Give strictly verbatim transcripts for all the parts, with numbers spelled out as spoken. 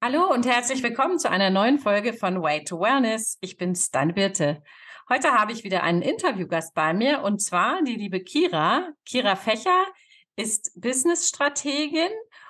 Hallo und herzlich willkommen zu einer neuen Folge von Way to Wellness. Ich bin's, deine Birte. Heute habe ich wieder einen Interviewgast bei mir und zwar die liebe Kira. Kira Fächer ist Business-Strategin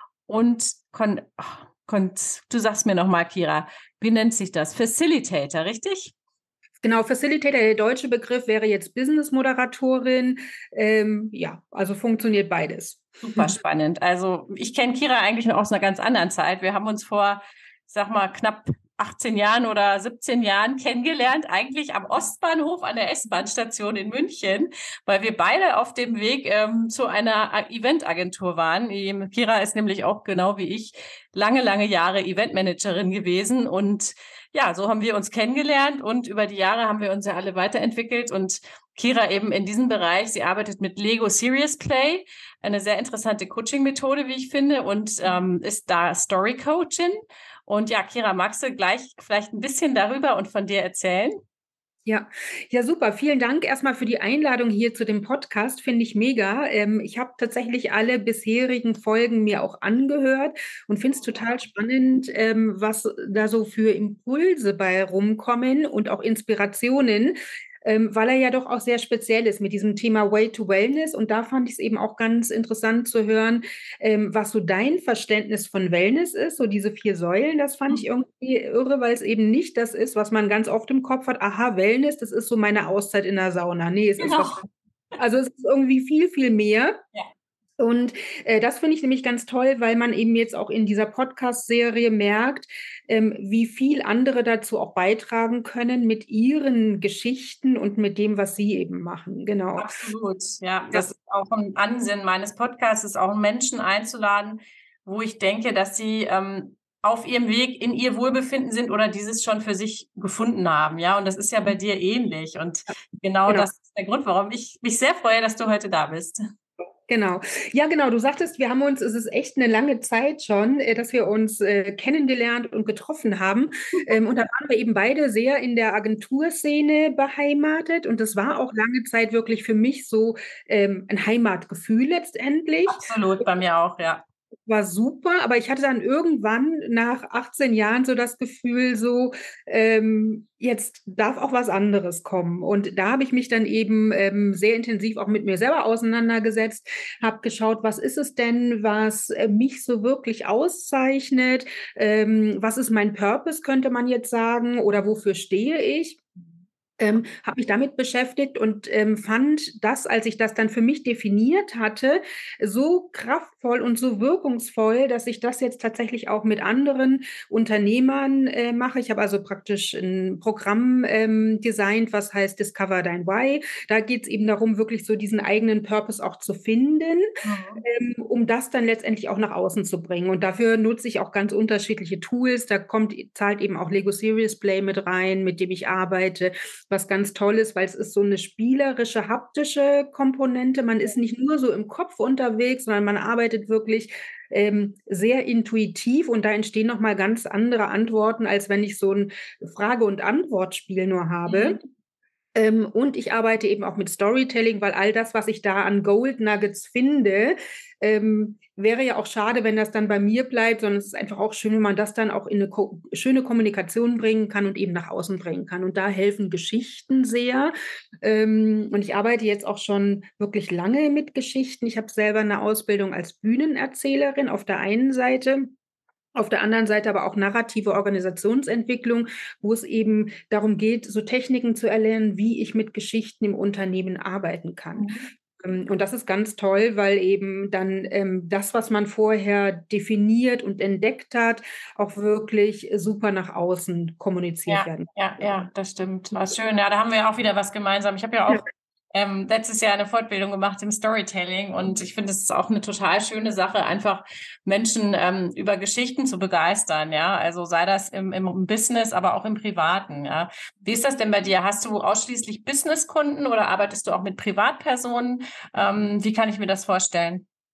und kon oh, kon du sagst mir nochmal, Kira, wie nennt sich das? Facilitator, richtig? Genau, Facilitator, der deutsche Begriff wäre jetzt Business-Moderatorin. Ähm, ja, also funktioniert beides. Super spannend. Also ich kenne Kira eigentlich noch aus einer ganz anderen Zeit. Wir haben uns vor, ich sag mal, knapp achtzehn Jahren oder siebzehn Jahren kennengelernt, eigentlich am Ostbahnhof an der S-Bahn-Station in München, weil wir beide auf dem Weg ähm, zu einer Eventagentur waren. Die Kira ist nämlich auch genau wie ich lange, lange Jahre Eventmanagerin gewesen und ja, so haben wir uns kennengelernt und über die Jahre haben wir uns ja alle weiterentwickelt und Kira eben in diesem Bereich. Sie arbeitet mit Lego Serious Play, eine sehr interessante Coaching-Methode, wie ich finde, und ähm, ist da Story-Coachin. Und ja, Kira, magst du gleich vielleicht ein bisschen darüber und von dir erzählen? Ja, ja, super. Vielen Dank erstmal für die Einladung hier zu dem Podcast. Finde ich mega. Ähm, ich habe tatsächlich alle bisherigen Folgen mir auch angehört und finde es total spannend, ähm, was da so für Impulse bei rumkommen und auch Inspirationen, ähm, weil er ja doch auch sehr speziell ist mit diesem Thema Way to Wellness. Und da fand ich es eben auch ganz interessant zu hören, ähm, was so dein Verständnis von Wellness ist, so diese vier Säulen. Das fand ich irgendwie irre, weil es eben nicht das ist, was man ganz oft im Kopf hat. Aha, Wellness, das ist so meine Auszeit in der Sauna. Nee, es ist was, Genau. also es ist irgendwie viel, viel mehr. Ja. Und äh, das finde ich nämlich ganz toll, weil man eben jetzt auch in dieser Podcast-Serie merkt, ähm, wie viel andere dazu auch beitragen können mit ihren Geschichten und mit dem, was sie eben machen. Genau. Absolut, ja. Ja, Das ist auch ein Ansinnen meines Podcasts, ist auch Menschen einzuladen, wo ich denke, dass sie ähm, auf ihrem Weg in ihr Wohlbefinden sind oder dieses schon für sich gefunden haben. Ja, und das ist ja bei dir ähnlich. Und genau genau. das ist der Grund, warum ich mich sehr freue, dass du heute da bist. Genau. Ja, genau. Du sagtest, wir haben uns, es ist echt eine lange Zeit schon, äh, dass wir uns äh, kennengelernt und getroffen haben. Ähm, und da waren wir eben beide sehr in der Agenturszene beheimatet. Und das war auch lange Zeit wirklich für mich so ähm, ein Heimatgefühl letztendlich. Absolut, bei mir auch, ja. War super, aber ich hatte dann irgendwann nach achtzehn Jahren so das Gefühl, so ähm, jetzt darf auch was anderes kommen. Und da habe ich mich dann eben ähm, sehr intensiv auch mit mir selber auseinandergesetzt, habe geschaut, was ist es denn, was äh, mich so wirklich auszeichnet, ähm, was ist mein Purpose, könnte man jetzt sagen, oder wofür stehe ich? Ähm, habe mich damit beschäftigt und ähm, fand das, als ich das dann für mich definiert hatte, so kraftvoll und so wirkungsvoll, dass ich das jetzt tatsächlich auch mit anderen Unternehmern äh, mache. Ich habe also praktisch ein Programm ähm, designt, was heißt Discover Dein Why. Da geht es eben darum, wirklich so diesen eigenen Purpose auch zu finden, Mhm. ähm, um das dann letztendlich auch nach außen zu bringen. Und dafür nutze ich auch ganz unterschiedliche Tools. Da kommt, zahlt eben auch Lego Serious Play mit rein, mit dem ich arbeite, was ganz toll ist, weil es ist so eine spielerische, haptische Komponente. Man ist nicht nur so im Kopf unterwegs, sondern man arbeitet wirklich ähm, sehr intuitiv und da entstehen nochmal ganz andere Antworten, als wenn ich so ein Frage- und Antwortspiel nur habe. Mhm. Ähm, und ich arbeite eben auch mit Storytelling, weil all das, was ich da an Gold Nuggets finde, ähm, wäre ja auch schade, wenn das dann bei mir bleibt, sondern es ist einfach auch schön, wenn man das dann auch in eine ko schöne Kommunikation bringen kann und eben nach außen bringen kann. Und da helfen Geschichten sehr. Ähm, und ich arbeite jetzt auch schon wirklich lange mit Geschichten. Ich habe selber eine Ausbildung als Bühnenerzählerin auf der einen Seite. Auf der anderen Seite aber auch narrative Organisationsentwicklung, wo es eben darum geht, so Techniken zu erlernen, wie ich mit Geschichten im Unternehmen arbeiten kann. Mhm. Ähm, Und das ist ganz toll, weil eben dann ähm, das, was man vorher definiert und entdeckt hat, auch wirklich super nach außen kommuniziert Ja, werden ja, ja, das stimmt. War schön. Ja, da haben wir auch wieder was gemeinsam. Ich habe ja kann. auch ähm, letztes Jahr eine Fortbildung gemacht im Storytelling und ich finde, es ist auch eine total schöne Sache, einfach Menschen ähm, über Geschichten zu begeistern. Ja, also sei das im, im Business, aber auch im Privaten. Ja, wie ist das denn bei dir? Hast du ausschließlich Businesskunden oder arbeitest du auch mit Privatpersonen? Ähm, wie kann ich mir das vorstellen?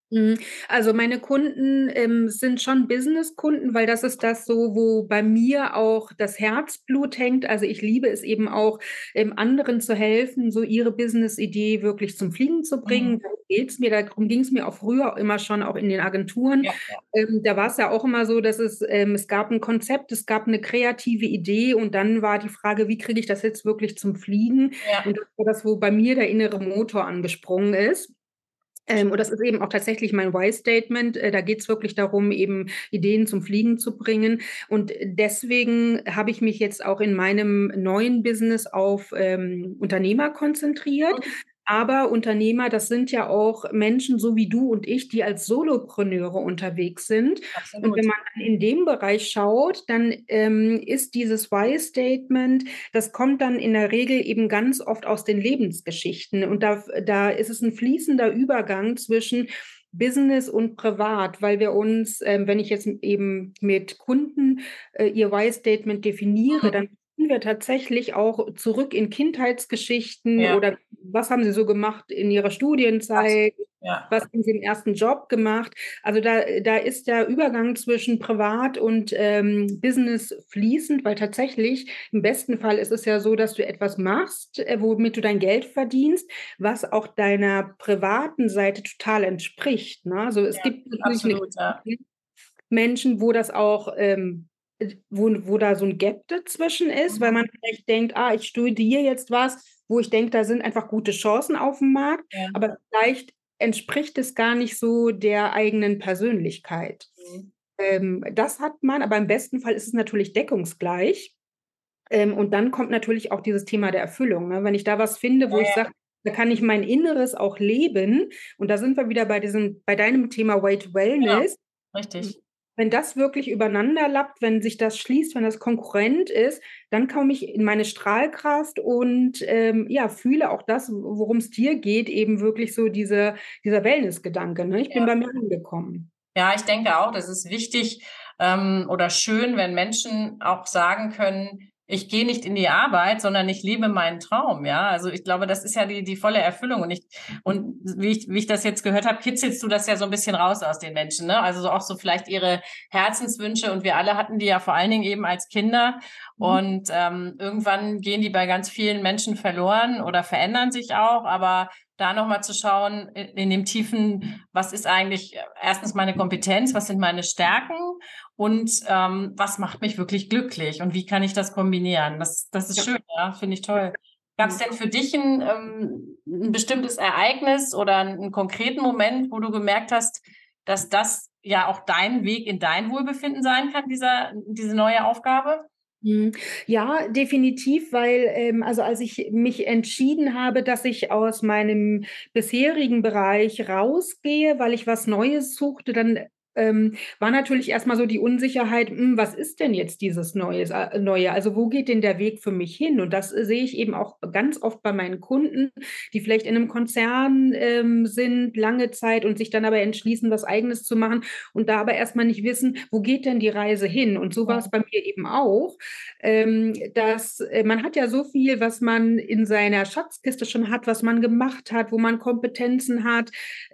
Mhm. Also meine Kunden ähm, sind schon Business-Kunden, weil das ist das so, wo bei mir auch das Herzblut hängt. Also ich liebe es eben auch, ähm, anderen zu helfen, so ihre Business-Idee wirklich zum Fliegen zu bringen. Mhm. Darum geht's mir, darum ging es mir auch früher immer schon, auch in den Agenturen. Ja, ja. Ähm, da war es ja auch immer so, dass es, ähm, es gab ein Konzept, es gab eine kreative Idee und dann war die Frage, wie kriege ich das jetzt wirklich zum Fliegen? Ja. Und das war das, wo bei mir der innere Motor angesprungen ist. Ähm, und das ist eben auch tatsächlich mein Why-Statement. Äh, da geht es wirklich darum, eben Ideen zum Fliegen zu bringen. Und deswegen habe ich mich jetzt auch in meinem neuen Business auf ähm, Unternehmer konzentriert. Aber Unternehmer, das sind ja auch Menschen so wie du und ich, die als Solopreneure unterwegs sind. Und wenn Absolut. man dann in dem Bereich schaut, dann ähm, ist dieses Why-Statement, das kommt dann in der Regel eben ganz oft aus den Lebensgeschichten. Und da, da ist es ein fließender Übergang zwischen Business und Privat, weil wir uns, ähm, wenn ich jetzt eben mit Kunden äh, ihr Why-Statement definiere, Mhm. dann gehen wir tatsächlich auch zurück in Kindheitsgeschichten Ja, oder was haben sie so gemacht in ihrer absolut. Studienzeit, Ja. was haben sie im ersten Job gemacht. Also da, da ist der Übergang zwischen Privat und ähm, Business fließend, weil tatsächlich im besten Fall ist es ja so, dass du etwas machst, äh, womit du dein Geld verdienst, was auch deiner privaten Seite total entspricht. Ne? Also es Ja, gibt natürlich eine absolut, ja. Menschen, wo das auch, ähm, wo, wo da so ein Gap dazwischen ist, weil Mhm. man vielleicht denkt, ah, ich studiere jetzt was, wo ich denke, da sind einfach gute Chancen auf dem Markt, Ja. aber vielleicht entspricht es gar nicht so der eigenen Persönlichkeit. Mhm. Ähm, das hat man, aber im besten Fall ist es natürlich deckungsgleich. Ähm, und dann kommt natürlich auch dieses Thema der Erfüllung. Ne? Wenn ich da was finde, Ja, wo ich ja, sage, da kann ich mein Inneres auch leben. Und da sind wir wieder bei diesem, bei deinem Thema Weight genau, Wellness. richtig. Wenn das wirklich übereinander lappt, wenn sich das schließt, wenn das konkurrent ist, dann komme ich in meine Strahlkraft und ähm, ja, fühle auch das, worum es dir geht, eben wirklich so diese, dieser Wellness-Gedanke. Ne? Ich bin Ja. bei mir angekommen. Ja, ich denke auch, das ist wichtig ähm, oder schön, wenn Menschen auch sagen können, ich gehe nicht in die Arbeit, sondern ich lebe meinen Traum. Ja, also ich glaube, das ist ja die, die volle Erfüllung. Und ich, und wie ich, wie ich das jetzt gehört habe, kitzelst du das ja so ein bisschen raus aus den Menschen, ne? Also so auch so vielleicht ihre Herzenswünsche. Und wir alle hatten die ja vor allen Dingen eben als Kinder. Und ähm, irgendwann gehen die bei ganz vielen Menschen verloren oder verändern sich auch. Aber da nochmal zu schauen, in, in dem tiefen, was ist eigentlich erstens meine Kompetenz, was sind meine Stärken und ähm, was macht mich wirklich glücklich und wie kann ich das kombinieren? Das, das ist Ja. schön, ja, finde ich toll. Gab es denn für dich ein, ähm, ein bestimmtes Ereignis oder einen konkreten Moment, wo du gemerkt hast, dass das ja auch dein Weg in dein Wohlbefinden sein kann, dieser, diese neue Aufgabe? Hm. Ja, definitiv, weil ähm, also als ich mich entschieden habe, dass ich aus meinem bisherigen Bereich rausgehe, weil ich was Neues suchte, dann ähm, war natürlich erstmal so die Unsicherheit, hm, was ist denn jetzt dieses Neues, äh, Neue? Also wo geht denn der Weg für mich hin? Und das äh, sehe ich eben auch ganz oft bei meinen Kunden, die vielleicht in einem Konzern ähm, sind, lange Zeit und sich dann aber entschließen, was Eigenes zu machen und da aber erstmal nicht wissen, wo geht denn die Reise hin? Und so war es bei mir eben auch, ähm, dass äh, man hat ja so viel, was man in seiner Schatzkiste schon hat, was man gemacht hat, wo man Kompetenzen hat,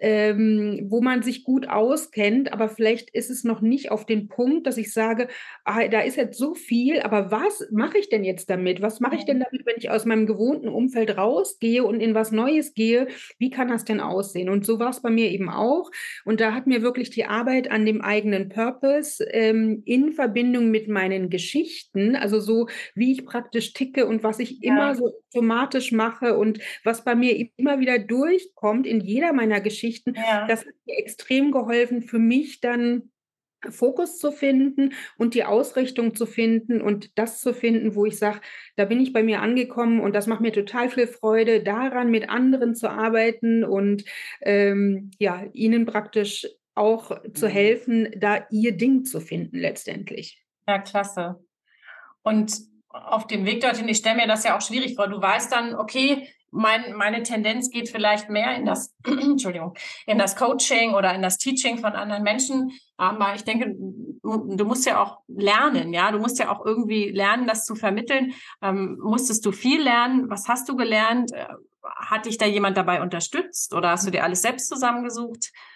ähm, wo man sich gut auskennt, aber vielleicht ist es noch nicht auf den Punkt, dass ich sage, ah, da ist jetzt so viel, aber was mache ich denn jetzt damit? Was mache ich denn damit, wenn ich aus meinem gewohnten Umfeld rausgehe und in was Neues gehe? Wie kann das denn aussehen? Und so war es bei mir eben auch. Und da hat mir wirklich die Arbeit an dem eigenen Purpose ähm, in Verbindung mit meinen Geschichten, also so, wie ich praktisch ticke und was ich immer Ja, so automatisch mache und was bei mir immer wieder durchkommt in jeder meiner Geschichten, ja. das hat mir extrem geholfen, für mich dann Fokus zu finden und die Ausrichtung zu finden und das zu finden, wo ich sage, da bin ich bei mir angekommen und das macht mir total viel Freude, daran mit anderen zu arbeiten und ähm, ja, ihnen praktisch auch zu helfen, da ihr Ding zu finden letztendlich. Ja, klasse. Und auf dem Weg dorthin, ich stelle mir das ja auch schwierig vor. Du weißt dann, okay, mein, meine Tendenz geht vielleicht mehr in das, Entschuldigung, in das Coaching oder in das Teaching von anderen Menschen. Aber ich denke, du musst ja auch lernen, ja. Du musst ja auch irgendwie lernen, das zu vermitteln. Ähm, musstest du viel lernen? Was hast du gelernt? Hat dich da jemand dabei unterstützt oder hast du dir alles selbst zusammengesucht?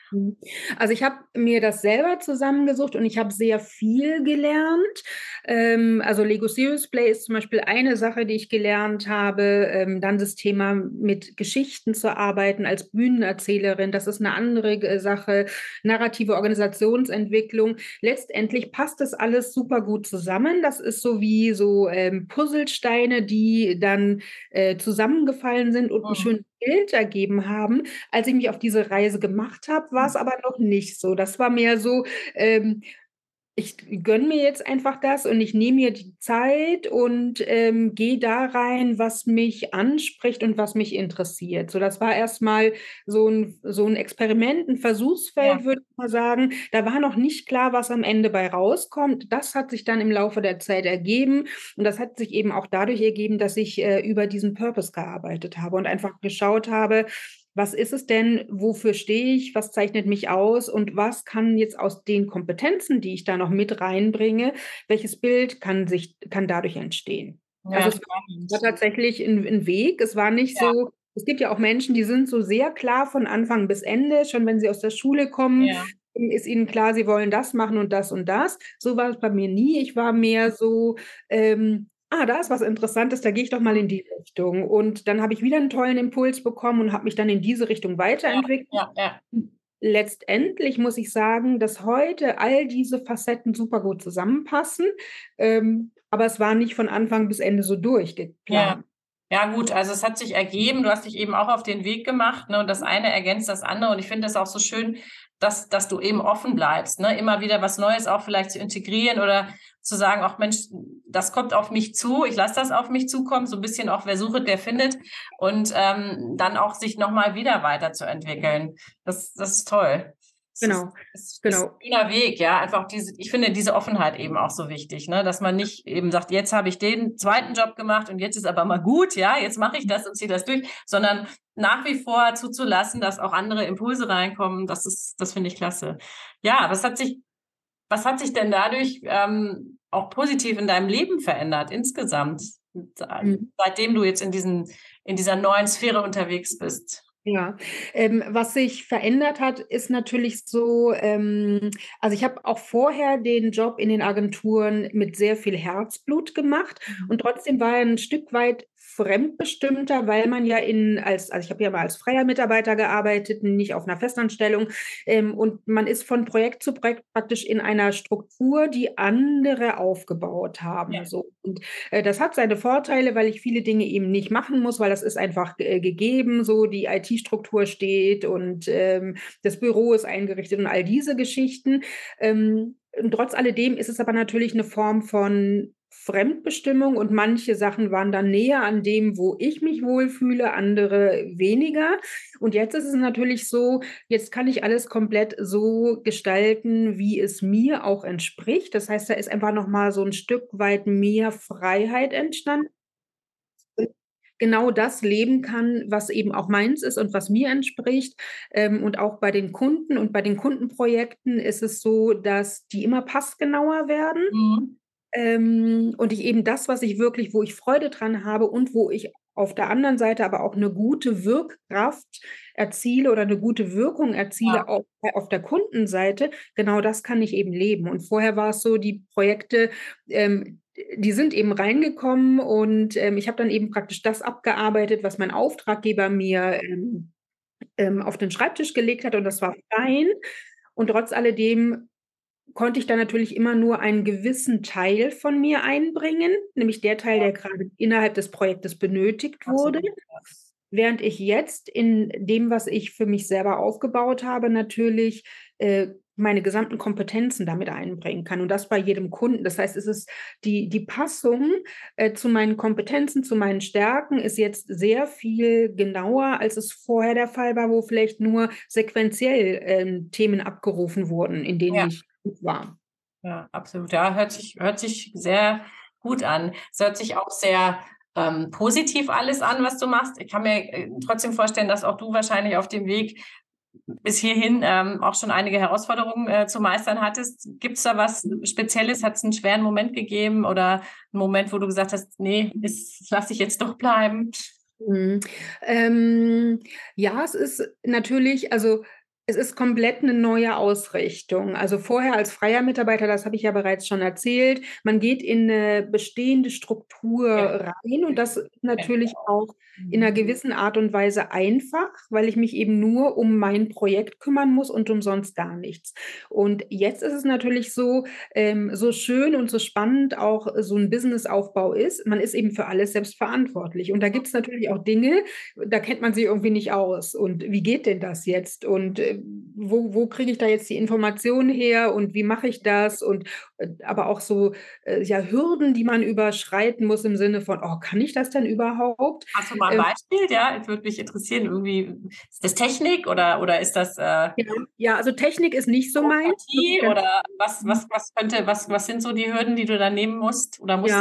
Mhm. Also ich habe mir das selber zusammengesucht und ich habe sehr viel gelernt. Ähm, also Lego Serious Play ist zum Beispiel eine Sache, die ich gelernt habe. Ähm, dann das Thema mit Geschichten zu arbeiten als Bühnenerzählerin, das ist eine andere äh, Sache. Narrative Organisationsentwicklung. Letztendlich passt das alles super gut zusammen. Das ist so wie so ähm, Puzzlesteine, die dann äh, zusammengefallen sind und ein Mhm. schönes Bild ergeben haben. Als ich mich auf diese Reise gemacht habe, war es aber noch nicht so. Das war mehr so, ähm, ich gönne mir jetzt einfach das und ich nehme mir die Zeit und ähm, gehe da rein, was mich anspricht und was mich interessiert. So, das war erstmal so ein, so ein Experiment, ein Ja, Versuchsfeld, würde ich mal sagen. Da war noch nicht klar, was am Ende bei rauskommt. Das hat sich dann im Laufe der Zeit ergeben. Und das hat sich eben auch dadurch ergeben, dass ich äh, über diesen Purpose gearbeitet habe und einfach geschaut habe, was ist es denn, wofür stehe ich, was zeichnet mich aus und was kann jetzt aus den Kompetenzen, die ich da noch mit reinbringe, welches Bild kann sich, kann dadurch entstehen? Also ja, es war spannend. tatsächlich ein, ein Weg. Es war nicht Ja, so, es gibt ja auch Menschen, die sind so sehr klar von Anfang bis Ende, schon wenn sie aus der Schule kommen, ja, ist ihnen klar, sie wollen das machen und das und das. So war es bei mir nie. Ich war mehr so, ähm, ah, da ist was Interessantes, da gehe ich doch mal in die Richtung. Und dann habe ich wieder einen tollen Impuls bekommen und habe mich dann in diese Richtung ja, weiterentwickelt. ja, ja. Letztendlich muss ich sagen, dass heute all diese Facetten super gut zusammenpassen. Ähm, aber es war nicht von Anfang bis Ende so Ja. durchgeplant. Ja, gut, also es hat sich ergeben, du hast dich eben auch auf den Weg gemacht, ne, und das eine ergänzt das andere. Und ich finde es auch so schön, dass, dass du eben offen bleibst, ne, immer wieder was Neues auch vielleicht zu integrieren oder zu sagen, ach Mensch, das kommt auf mich zu, ich lasse das auf mich zukommen, so ein bisschen auch, wer sucht, der findet, und ähm, dann auch sich nochmal wieder weiterzuentwickeln. Das, das ist toll. Das ist, Genau, ist, ist ein genau. schöner Weg, ja. Einfach diese, ich finde diese Offenheit eben auch so wichtig, ne, dass man nicht eben sagt, jetzt habe ich den zweiten Job gemacht und jetzt ist aber mal gut, ja, jetzt mache ich das und ziehe das durch, sondern nach wie vor zuzulassen, dass auch andere Impulse reinkommen, das ist, das finde ich klasse. Ja, was hat sich, was hat sich denn dadurch ähm, auch positiv in deinem Leben verändert insgesamt, Mhm. seitdem du jetzt in diesen, in dieser neuen Sphäre unterwegs bist? Ja, ähm, was sich verändert hat, ist natürlich so, ähm, also ich habe auch vorher den Job in den Agenturen mit sehr viel Herzblut gemacht und trotzdem war er ein Stück weit fremdbestimmter, weil man ja in als, also ich habe ja mal als freier Mitarbeiter gearbeitet, nicht auf einer Festanstellung, ähm, und man ist von Projekt zu Projekt praktisch in einer Struktur, die andere aufgebaut Ja, haben. So. Und äh, das hat seine Vorteile, weil ich viele Dinge eben nicht machen muss, weil das ist einfach äh, gegeben, so die I T-Struktur steht und ähm, das Büro ist eingerichtet und all diese Geschichten. Ähm, und trotz alledem ist es aber natürlich eine Form von Fremdbestimmung und manche Sachen waren dann näher an dem, wo ich mich wohlfühle, andere weniger. Und jetzt ist es natürlich so, jetzt kann ich alles komplett so gestalten, wie es mir auch entspricht. Das heißt, da ist einfach noch mal so ein Stück weit mehr Freiheit entstanden. Genau das leben kann, was eben auch meins ist und was mir entspricht. Ähm, und auch bei den Kunden und bei den Kundenprojekten ist es so, dass die immer passgenauer werden. mhm. Ähm, und ich eben das, was ich wirklich, wo ich Freude dran habe und wo ich auf der anderen Seite aber auch eine gute Wirkkraft erziele oder eine gute Wirkung Ja, erziele auf, auf der Kundenseite, genau das kann ich eben leben. Und vorher war es so, die Projekte, ähm, die sind eben reingekommen und ähm, ich habe dann eben praktisch das abgearbeitet, was mein Auftraggeber mir ähm, ähm, auf den Schreibtisch gelegt hat und das war fein. Und trotz alledem konnte ich dann natürlich immer nur einen gewissen Teil von mir einbringen, nämlich der Teil, der gerade innerhalb des Projektes benötigt wurde. absolut. Während ich jetzt in dem, was ich für mich selber aufgebaut habe, natürlich äh, meine gesamten Kompetenzen damit einbringen kann und das bei jedem Kunden. Das heißt, es ist die, die Passung äh, zu meinen Kompetenzen, zu meinen Stärken ist jetzt sehr viel genauer, als es vorher der Fall war, wo vielleicht nur sequenziell ähm, Themen abgerufen wurden, in denen Ja. ich gut war. Ja, absolut. Ja, hört sich, hört sich sehr gut an. Es hört sich auch sehr ähm, positiv alles an, was du machst. Ich kann mir äh, trotzdem vorstellen, dass auch du wahrscheinlich auf dem Weg bis hierhin ähm, auch schon einige Herausforderungen äh, zu meistern hattest. Gibt es da was Spezielles? Hat es einen schweren Moment gegeben oder einen Moment, wo du gesagt hast, nee, das lasse ich jetzt doch bleiben? Mhm. Ähm, ja, es ist natürlich, also Es ist komplett eine neue Ausrichtung. Also vorher als freier Mitarbeiter, das habe ich ja bereits schon erzählt, man geht in eine bestehende Struktur Ja. rein und das ist natürlich Genau. auch in einer gewissen Art und Weise einfach, weil ich mich eben nur um mein Projekt kümmern muss und um sonst gar nichts. Und jetzt ist es natürlich so, ähm, so schön und so spannend auch so ein Businessaufbau ist, man ist eben für alles selbst verantwortlich. Und da gibt es natürlich auch Dinge, da kennt man sich irgendwie nicht aus. Und wie geht denn das jetzt? Und äh, wo, wo kriege ich da jetzt die Informationen her und wie mache ich das? Und äh, aber auch so äh, ja, Hürden, die man überschreiten muss im Sinne von, oh, kann ich das denn überhaupt? Hast du mal ein Ähm, Beispiel? Ja, es würde mich interessieren. Irgendwie, ist das Technik oder, oder ist das äh, ja, ja, also Technik ist nicht so meins. Bürokratie oder was, was, was könnte, was, was sind so die Hürden, die du da nehmen musst oder musst? Ja,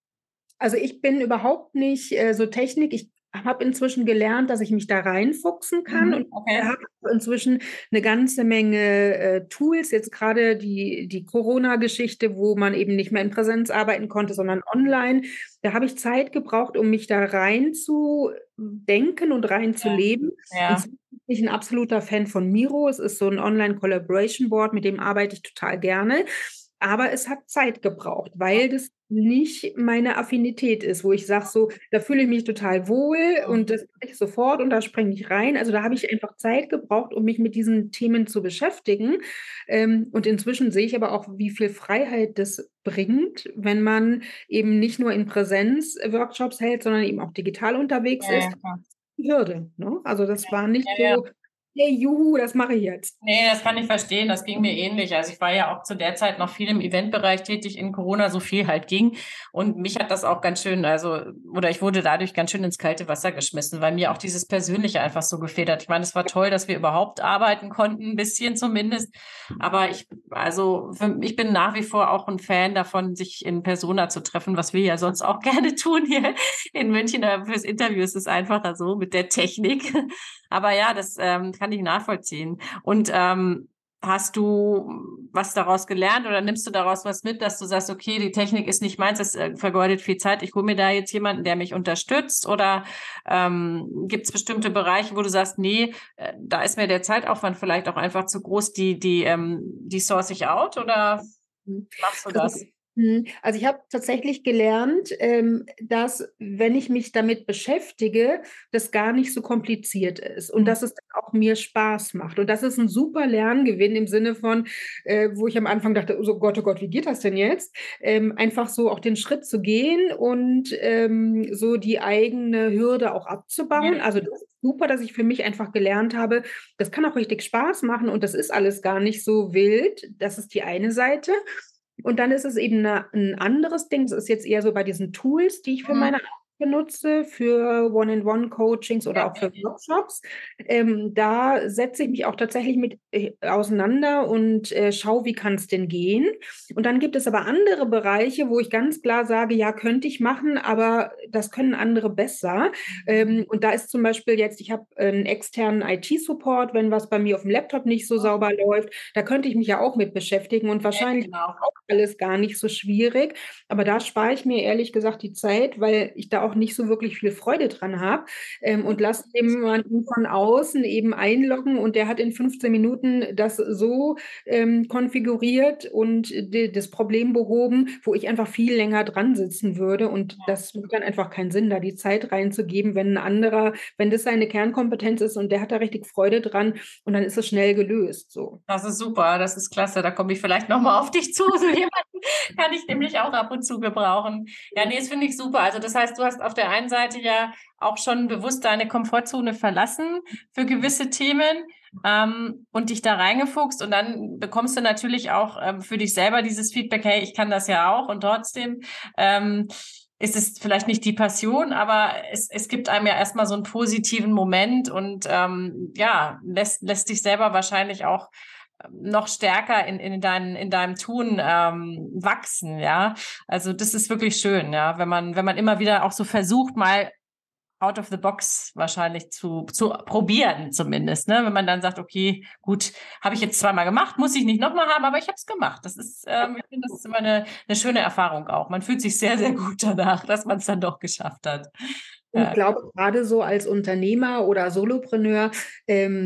also ich bin überhaupt nicht äh, so Technik. Ich habe inzwischen gelernt, dass ich mich da reinfuchsen kann Mhm, und okay. habe inzwischen eine ganze Menge äh, Tools. Jetzt gerade die, die Corona-Geschichte, wo man eben nicht mehr in Präsenz arbeiten konnte, sondern online. Da habe ich Zeit gebraucht, um mich da rein zu denken und rein zu Ja, leben. ja. Inzwischen bin ich ein absoluter Fan von Miro. Es ist so ein Online-Collaboration-Board, mit dem arbeite ich total gerne. Aber es hat Zeit gebraucht, weil das nicht meine Affinität ist, wo ich sage, so, da fühle ich mich total wohl und das mache ich sofort und da springe ich rein. Also da habe ich einfach Zeit gebraucht, um mich mit diesen Themen zu beschäftigen. Ähm, und inzwischen sehe ich aber auch, wie viel Freiheit das bringt, wenn man eben nicht nur in Präsenz Workshops hält, sondern eben auch digital unterwegs Ja, ist. ja, klar. Die Hürde, ne? Also das war nicht Ja, ja. so, hey, juhu, das mache ich jetzt. Nee, das kann ich verstehen. Das ging mir ähnlich. Also ich war ja auch zu der Zeit noch viel im Eventbereich tätig in Corona, so viel halt ging. Und mich hat das auch ganz schön, also, oder ich wurde dadurch ganz schön ins kalte Wasser geschmissen, weil mir auch dieses Persönliche einfach so gefehlt hat. Ich meine, es war toll, dass wir überhaupt arbeiten konnten, ein bisschen zumindest. Aber ich, also, für, ich bin nach wie vor auch ein Fan davon, sich in Persona zu treffen, was wir ja sonst auch gerne tun hier in München. Aber fürs Interview ist es einfacher so mit der Technik. Aber ja, das ähm, kann ich nachvollziehen. Und ähm, hast du was daraus gelernt oder nimmst du daraus was mit, dass du sagst, okay, die Technik ist nicht meins, das äh, vergeudet viel Zeit, ich hole mir da jetzt jemanden, der mich unterstützt? Oder ähm, gibt es bestimmte Bereiche, wo du sagst, nee, äh, da ist mir der Zeitaufwand vielleicht auch einfach zu groß, die, die, ähm, die source ich out? Oder machst du Also das? Hm, Also ich habe tatsächlich gelernt, ähm, dass wenn ich mich damit beschäftige, das gar nicht so kompliziert ist und dass es dann auch mir Spaß macht. Und das ist ein super Lerngewinn im Sinne von, äh, wo ich am Anfang dachte, oh Gott, oh Gott, wie geht das denn jetzt? Ähm, einfach so auch den Schritt zu gehen und ähm, so die eigene Hürde auch abzubauen. Ja, Also das ist super, dass ich für mich einfach gelernt habe, das kann auch richtig Spaß machen und das ist alles gar nicht so wild. Das ist die eine Seite. Und dann ist es eben eine, ein anderes Ding. Das ist jetzt eher so bei diesen Tools, die ich für mhm. meine Arbeit benutze, für One-on-One-Coachings oder Ja, auch ja, für Workshops. Ähm, da setze ich mich auch tatsächlich mit äh, auseinander und äh, schaue, wie kann es denn gehen. Und dann gibt es aber andere Bereiche, wo ich ganz klar sage, ja, könnte ich machen, aber das können andere besser. Ähm, und da ist zum Beispiel jetzt, ich habe einen externen I T-Support, wenn was bei mir auf dem Laptop nicht so sauber läuft, da könnte ich mich ja auch mit beschäftigen und ja, wahrscheinlich genau. auch alles gar nicht so schwierig. Aber da spare ich mir ehrlich gesagt die Zeit, weil ich da auch nicht so wirklich viel Freude dran habe. Ähm, und lasse jemanden von außen eben einloggen und der hat in fünfzehn Minuten das so ähm, konfiguriert und die, das Problem behoben, wo ich einfach viel länger dran sitzen würde. Und das macht dann einfach keinen Sinn, da die Zeit reinzugeben, wenn ein anderer, wenn das seine Kernkompetenz ist und der hat da richtig Freude dran und dann ist es schnell gelöst. So. Das ist super, das ist klasse. Da komme ich vielleicht nochmal auf dich zu. So jemanden kann ich nämlich auch ab und zu gebrauchen. Ja, nee, das finde ich super. Also das heißt, du hast auf der einen Seite ja auch schon bewusst deine Komfortzone verlassen für gewisse Themen ähm, und dich da reingefuchst. Und dann bekommst du natürlich auch ähm, für dich selber dieses Feedback, hey, ich kann das ja auch. Und trotzdem ähm, ist es vielleicht nicht die Passion, aber es, es gibt einem ja erstmal so einen positiven Moment und ähm, ja, lässt, lässt dich selber wahrscheinlich auch noch stärker in, in, dein, in deinem Tun ähm, wachsen, ja. Also das ist wirklich schön, ja, wenn man, wenn man immer wieder auch so versucht, mal out of the box wahrscheinlich zu, zu probieren zumindest, ne? Wenn man dann sagt, okay, gut, habe ich jetzt zweimal gemacht, muss ich nicht nochmal haben, aber ich habe es gemacht. Das ist, ähm, ich finde, das ist immer eine, eine schöne Erfahrung auch. Man fühlt sich sehr, sehr gut danach, dass man es dann doch geschafft hat. Und ich Ja. glaube, gerade so als Unternehmer oder Solopreneur, ähm,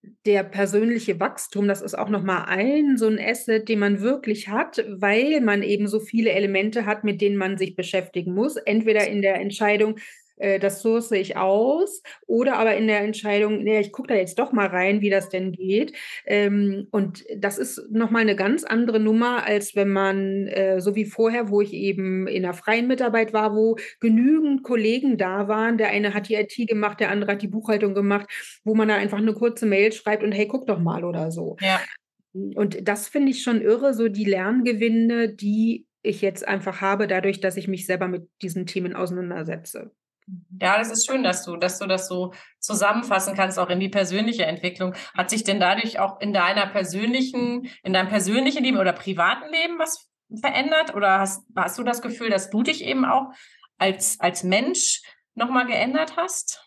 der persönliche Wachstum, das ist auch nochmal ein so ein Asset, den man wirklich hat, weil man eben so viele Elemente hat, mit denen man sich beschäftigen muss. Entweder in der Entscheidung, äh, das source ich aus, oder aber in der Entscheidung, nee, ich gucke da jetzt doch mal rein, wie das denn geht. Ähm, und das ist nochmal eine ganz andere Nummer, als wenn man, äh, so wie vorher, wo ich eben in der freien Mitarbeit war, wo genügend Kollegen da waren. Der eine hat die I T gemacht, der andere hat die Buchhaltung gemacht, wo man da einfach eine kurze Mail schreibt und hey, guck doch mal oder so. Ja. Und das finde ich schon irre, so die Lerngewinne, die ich jetzt einfach habe, dadurch, dass ich mich selber mit diesen Themen auseinandersetze. Ja, das ist schön, dass du, dass du das so zusammenfassen kannst, auch in die persönliche Entwicklung. Hat sich denn dadurch auch in deiner persönlichen, in deinem persönlichen Leben oder privaten Leben was verändert? Oder hast, hast du das Gefühl, dass du dich eben auch als, als Mensch nochmal geändert hast?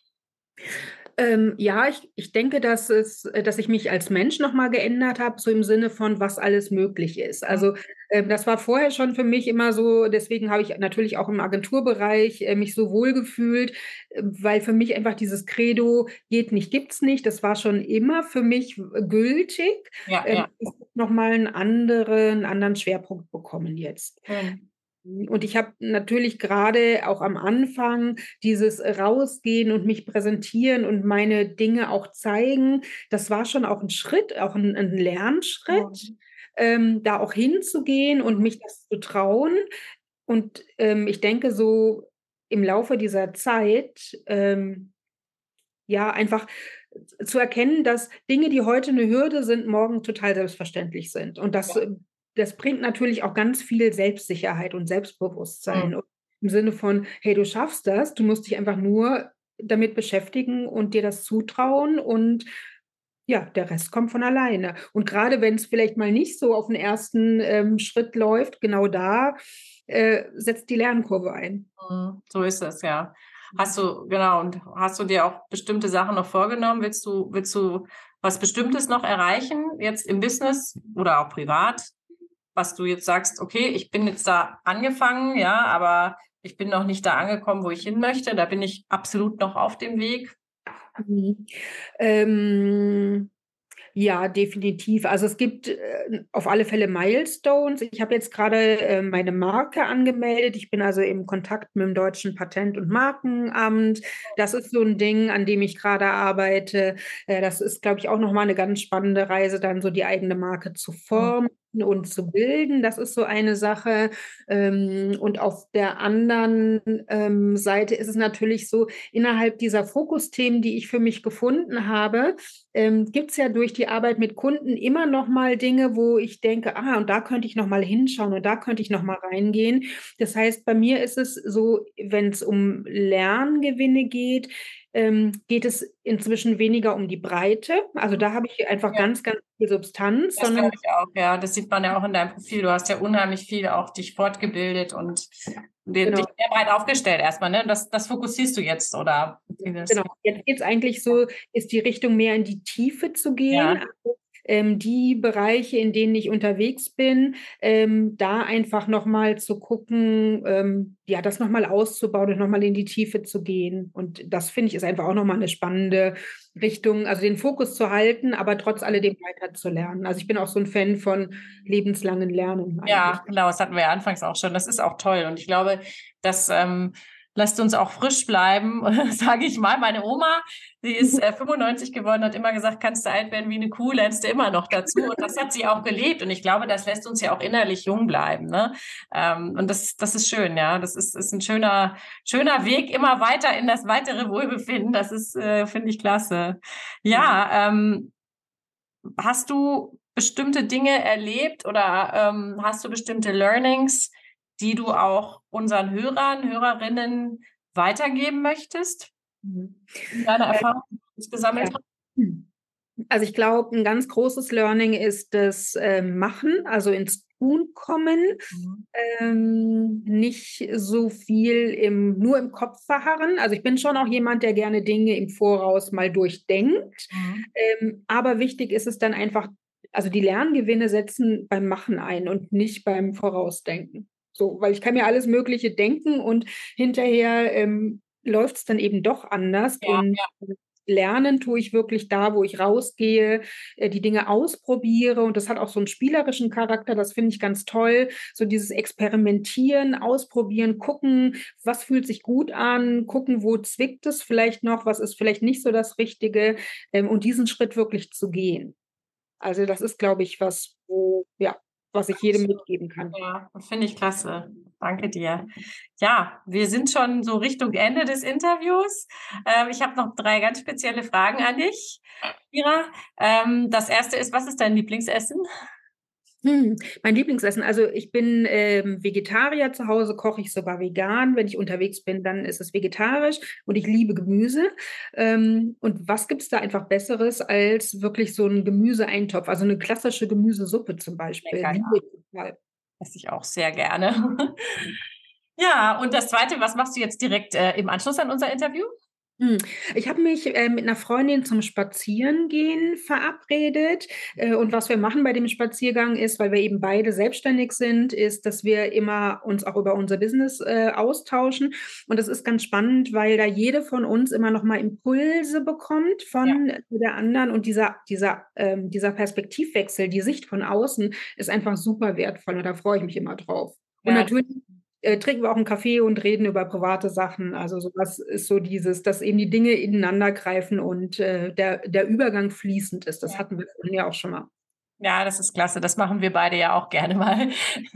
Ähm, ja, ich, ich denke, dass es, äh, dass ich mich als Mensch nochmal geändert habe, so im Sinne von, was alles möglich ist. Also ähm, das war vorher schon für mich immer so, deswegen habe ich natürlich auch im Agenturbereich äh, mich so wohl gefühlt, äh, weil für mich einfach dieses Credo geht nicht, gibt's nicht, das war schon immer für mich äh, gültig. Ja, Ähm, ja. ich habe nochmal einen anderen, einen anderen Schwerpunkt bekommen jetzt. Schön. Und ich habe natürlich gerade auch am Anfang dieses Rausgehen und mich präsentieren und meine Dinge auch zeigen, das war schon auch ein Schritt, auch ein, ein Lernschritt, Mhm. ähm, da auch hinzugehen und mich das zu trauen. Und ähm, ich denke, so im Laufe dieser Zeit, ähm, ja, einfach zu erkennen, dass Dinge, die heute eine Hürde sind, morgen total selbstverständlich sind. Und das, äh, das bringt natürlich auch ganz viel Selbstsicherheit und Selbstbewusstsein. Mhm. Und im Sinne von, hey, du schaffst das, du musst dich einfach nur damit beschäftigen und dir das zutrauen und ja, der Rest kommt von alleine. Und gerade wenn es vielleicht mal nicht so auf den ersten ähm, Schritt läuft, genau da äh, setzt die Lernkurve ein. Mhm. So ist es, ja. Hast du, genau, und hast du dir auch bestimmte Sachen noch vorgenommen? Willst du, willst du was Bestimmtes noch erreichen, jetzt im Business oder auch privat, was du jetzt sagst, okay, ich bin jetzt da angefangen, ja, aber ich bin noch nicht da angekommen, wo ich hin möchte. Da bin ich absolut noch auf dem Weg. Mhm. Ähm, Ja, definitiv. Also es gibt äh, auf alle Fälle Milestones. Ich habe jetzt gerade äh, meine Marke angemeldet. Ich bin also im Kontakt mit dem deutschen Patent- und Markenamt. Das ist so ein Ding, an dem ich gerade arbeite. Äh, das ist, glaube ich, auch nochmal eine ganz spannende Reise, dann so die eigene Marke zu formen und zu bilden. Das ist so eine Sache. Ähm, und auf der anderen ähm, Seite ist es natürlich so, innerhalb dieser Fokusthemen, die ich für mich gefunden habe, ähm, gibt es ja durch die Arbeit mit Kunden immer noch mal Dinge, wo ich denke, ah, und da könnte ich noch mal hinschauen und da könnte ich noch mal reingehen. Das heißt, bei mir ist es so, wenn es um Lerngewinne geht, ähm, geht es inzwischen weniger um die Breite. Also da habe ich einfach Ja, ganz, ganz viel Substanz, das sondern glaube ich auch, ja. Das sieht man ja auch in deinem Profil. Du hast ja unheimlich viel auch dich fortgebildet und dich genau. sehr breit aufgestellt erstmal, ne? Das, das fokussierst du jetzt, oder? Genau, jetzt geht es eigentlich so, ist die Richtung mehr in die Tiefe zu gehen. Ja, Also, ähm, die Bereiche, in denen ich unterwegs bin, ähm, da einfach nochmal zu gucken, ähm, ja, das nochmal auszubauen und nochmal in die Tiefe zu gehen. Und das finde ich ist einfach auch nochmal eine spannende Richtung, also den Fokus zu halten, aber trotz alledem weiter zu lernen. Also ich bin auch so ein Fan von lebenslangen Lernen eigentlich. ja, genau, das hatten wir ja anfangs auch schon. Das ist auch toll. Und ich glaube, das ähm, lässt uns auch frisch bleiben, sage ich mal. Meine Oma, die ist äh, fünfundneunzig geworden, hat immer gesagt, kannst du alt werden wie eine Kuh, lernst du immer noch dazu. Und das hat sie auch gelebt. Und ich glaube, das lässt uns ja auch innerlich jung bleiben. Ne? Ähm, und das, das ist schön, ja. Das ist, ist ein schöner, schöner Weg immer weiter in das weitere Wohlbefinden. Das ist, äh, finde ich, klasse. Ja, ähm, hast du bestimmte Dinge erlebt oder ähm, hast du bestimmte Learnings, die du auch unseren Hörern, Hörerinnen weitergeben möchtest? Mhm. Deine Äh, Erfahrungen, die du jetzt gesammelt ja. hast? Also ich glaube, ein ganz großes Learning ist das äh, Machen, also ins Tun kommen, Mhm. ähm, nicht so viel im, nur im Kopf verharren. Also ich bin schon auch jemand, der gerne Dinge im Voraus mal durchdenkt. Mhm. Ähm, aber wichtig ist es dann einfach, also die Lerngewinne setzen beim Machen ein und nicht beim Vorausdenken. So, weil ich kann mir alles Mögliche denken und hinterher ähm, läuft es dann eben doch anders. Ja, Und ja. lernen tue ich wirklich da, wo ich rausgehe, äh, die Dinge ausprobiere. Und das hat auch so einen spielerischen Charakter, das finde ich ganz toll. So dieses Experimentieren, ausprobieren, gucken, was fühlt sich gut an, gucken, wo zwickt es vielleicht noch, was ist vielleicht nicht so das Richtige, ähm, und diesen Schritt wirklich zu gehen. Also das ist, glaube ich, was, wo, ja, was ich jedem mitgeben kann. Ja, finde ich klasse. Danke dir. Ja, wir sind schon so Richtung Ende des Interviews. Ähm, ich habe noch drei ganz spezielle Fragen an dich, Kira. Ähm, das erste ist, was ist dein Lieblingsessen? Hm, mein Lieblingsessen. Also ich bin ähm, Vegetarier, zu Hause koche ich sogar vegan. Wenn ich unterwegs bin, dann ist es vegetarisch und ich liebe Gemüse. Ähm, und was gibt es da einfach Besseres als wirklich so ein Gemüseeintopf? Also eine klassische Gemüsesuppe zum Beispiel. Lecker, Liebe ja. ich total. Esse ich auch sehr gerne. Ja, und das zweite, was machst du jetzt direkt äh, im Anschluss an unser Interview? Hm, ich habe mich, äh, mit einer Freundin zum Spazierengehen verabredet. Äh, und was wir machen bei dem Spaziergang ist, weil wir eben beide selbstständig sind, ist, dass wir immer uns auch über unser Business, äh, austauschen. Und das ist ganz spannend, weil da jede von uns immer noch mal Impulse bekommt Ja, von der anderen und dieser dieser, ähm dieser Perspektivwechsel, die Sicht von außen ist einfach super wertvoll und da freue ich mich immer drauf. Und ja, natürlich äh, trinken wir auch einen Kaffee und reden über private Sachen. Also so was ist so dieses, dass eben die Dinge ineinander greifen und äh, der, der Übergang fließend ist. Das ja. hatten wir vorhin ja auch schon mal. Ja, das ist klasse. Das machen wir beide ja auch gerne mal.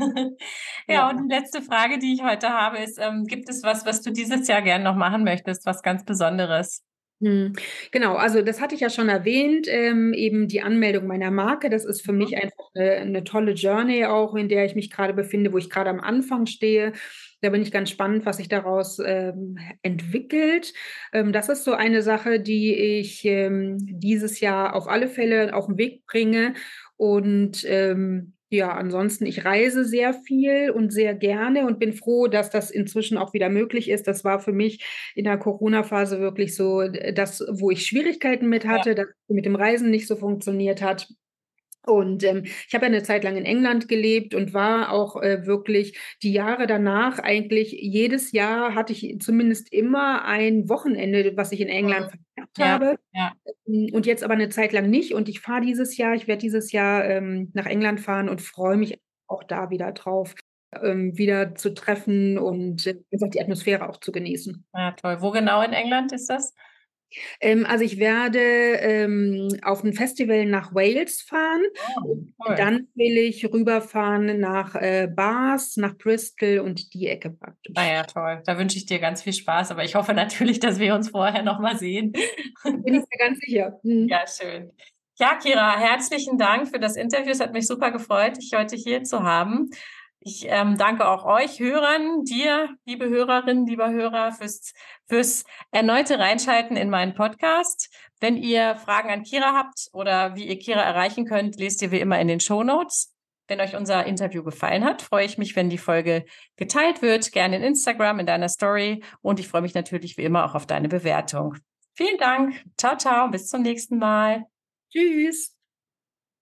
Ja, Ja. und die letzte Frage, die ich heute habe, ist, ähm, gibt es was, was du dieses Jahr gerne noch machen möchtest, was ganz Besonderes? Hm, genau, also das hatte ich ja schon erwähnt, ähm, eben die Anmeldung meiner Marke. Das ist für Mhm. mich einfach eine, eine tolle Journey auch, in der ich mich gerade befinde, wo ich gerade am Anfang stehe. Da bin ich ganz spannend, was sich daraus ähm, entwickelt. Ähm, das ist so eine Sache, die ich ähm, dieses Jahr auf alle Fälle auf den Weg bringe. Und ähm, ja, ansonsten, ich reise sehr viel und sehr gerne und bin froh, dass das inzwischen auch wieder möglich ist. Das war für mich in der Corona-Phase wirklich so das, wo ich Schwierigkeiten mit Ja, hatte, dass mit dem Reisen nicht so funktioniert hat. Und ähm, ich habe ja eine Zeit lang in England gelebt und war auch äh, wirklich die Jahre danach eigentlich jedes Jahr hatte ich zumindest immer ein Wochenende, was ich in England verbracht ja, habe. ja. Ähm, Und jetzt aber eine Zeit lang nicht. Und ich fahre dieses Jahr, ich werde dieses Jahr ähm, nach England fahren und freue mich auch da wieder drauf, ähm, wieder zu treffen und äh, einfach die Atmosphäre auch zu genießen. Ja, toll. Wo genau in England ist das? Ähm, also ich werde ähm, auf ein Festival nach Wales fahren Oh, und cool. dann will ich rüberfahren nach äh, Bath, nach Bristol und die Ecke Ah praktisch. ja, toll. Da wünsche ich dir ganz viel Spaß, aber ich hoffe natürlich, dass wir uns vorher noch mal sehen. Bin ich mir ganz sicher. Mhm. Ja, schön. Ja, Kira, herzlichen Dank für das Interview. Es hat mich super gefreut, dich heute hier zu haben. Ich ähm, danke auch euch Hörern, dir, liebe Hörerinnen, lieber Hörer, fürs, fürs erneute Reinschalten in meinen Podcast. Wenn ihr Fragen an Kira habt oder wie ihr Kira erreichen könnt, lest ihr wie immer in den Shownotes. Wenn euch unser Interview gefallen hat, freue ich mich, wenn die Folge geteilt wird, gerne in Instagram, in deiner Story. Und ich freue mich natürlich wie immer auch auf deine Bewertung. Vielen Dank. Ciao, ciao. Bis zum nächsten Mal. Tschüss.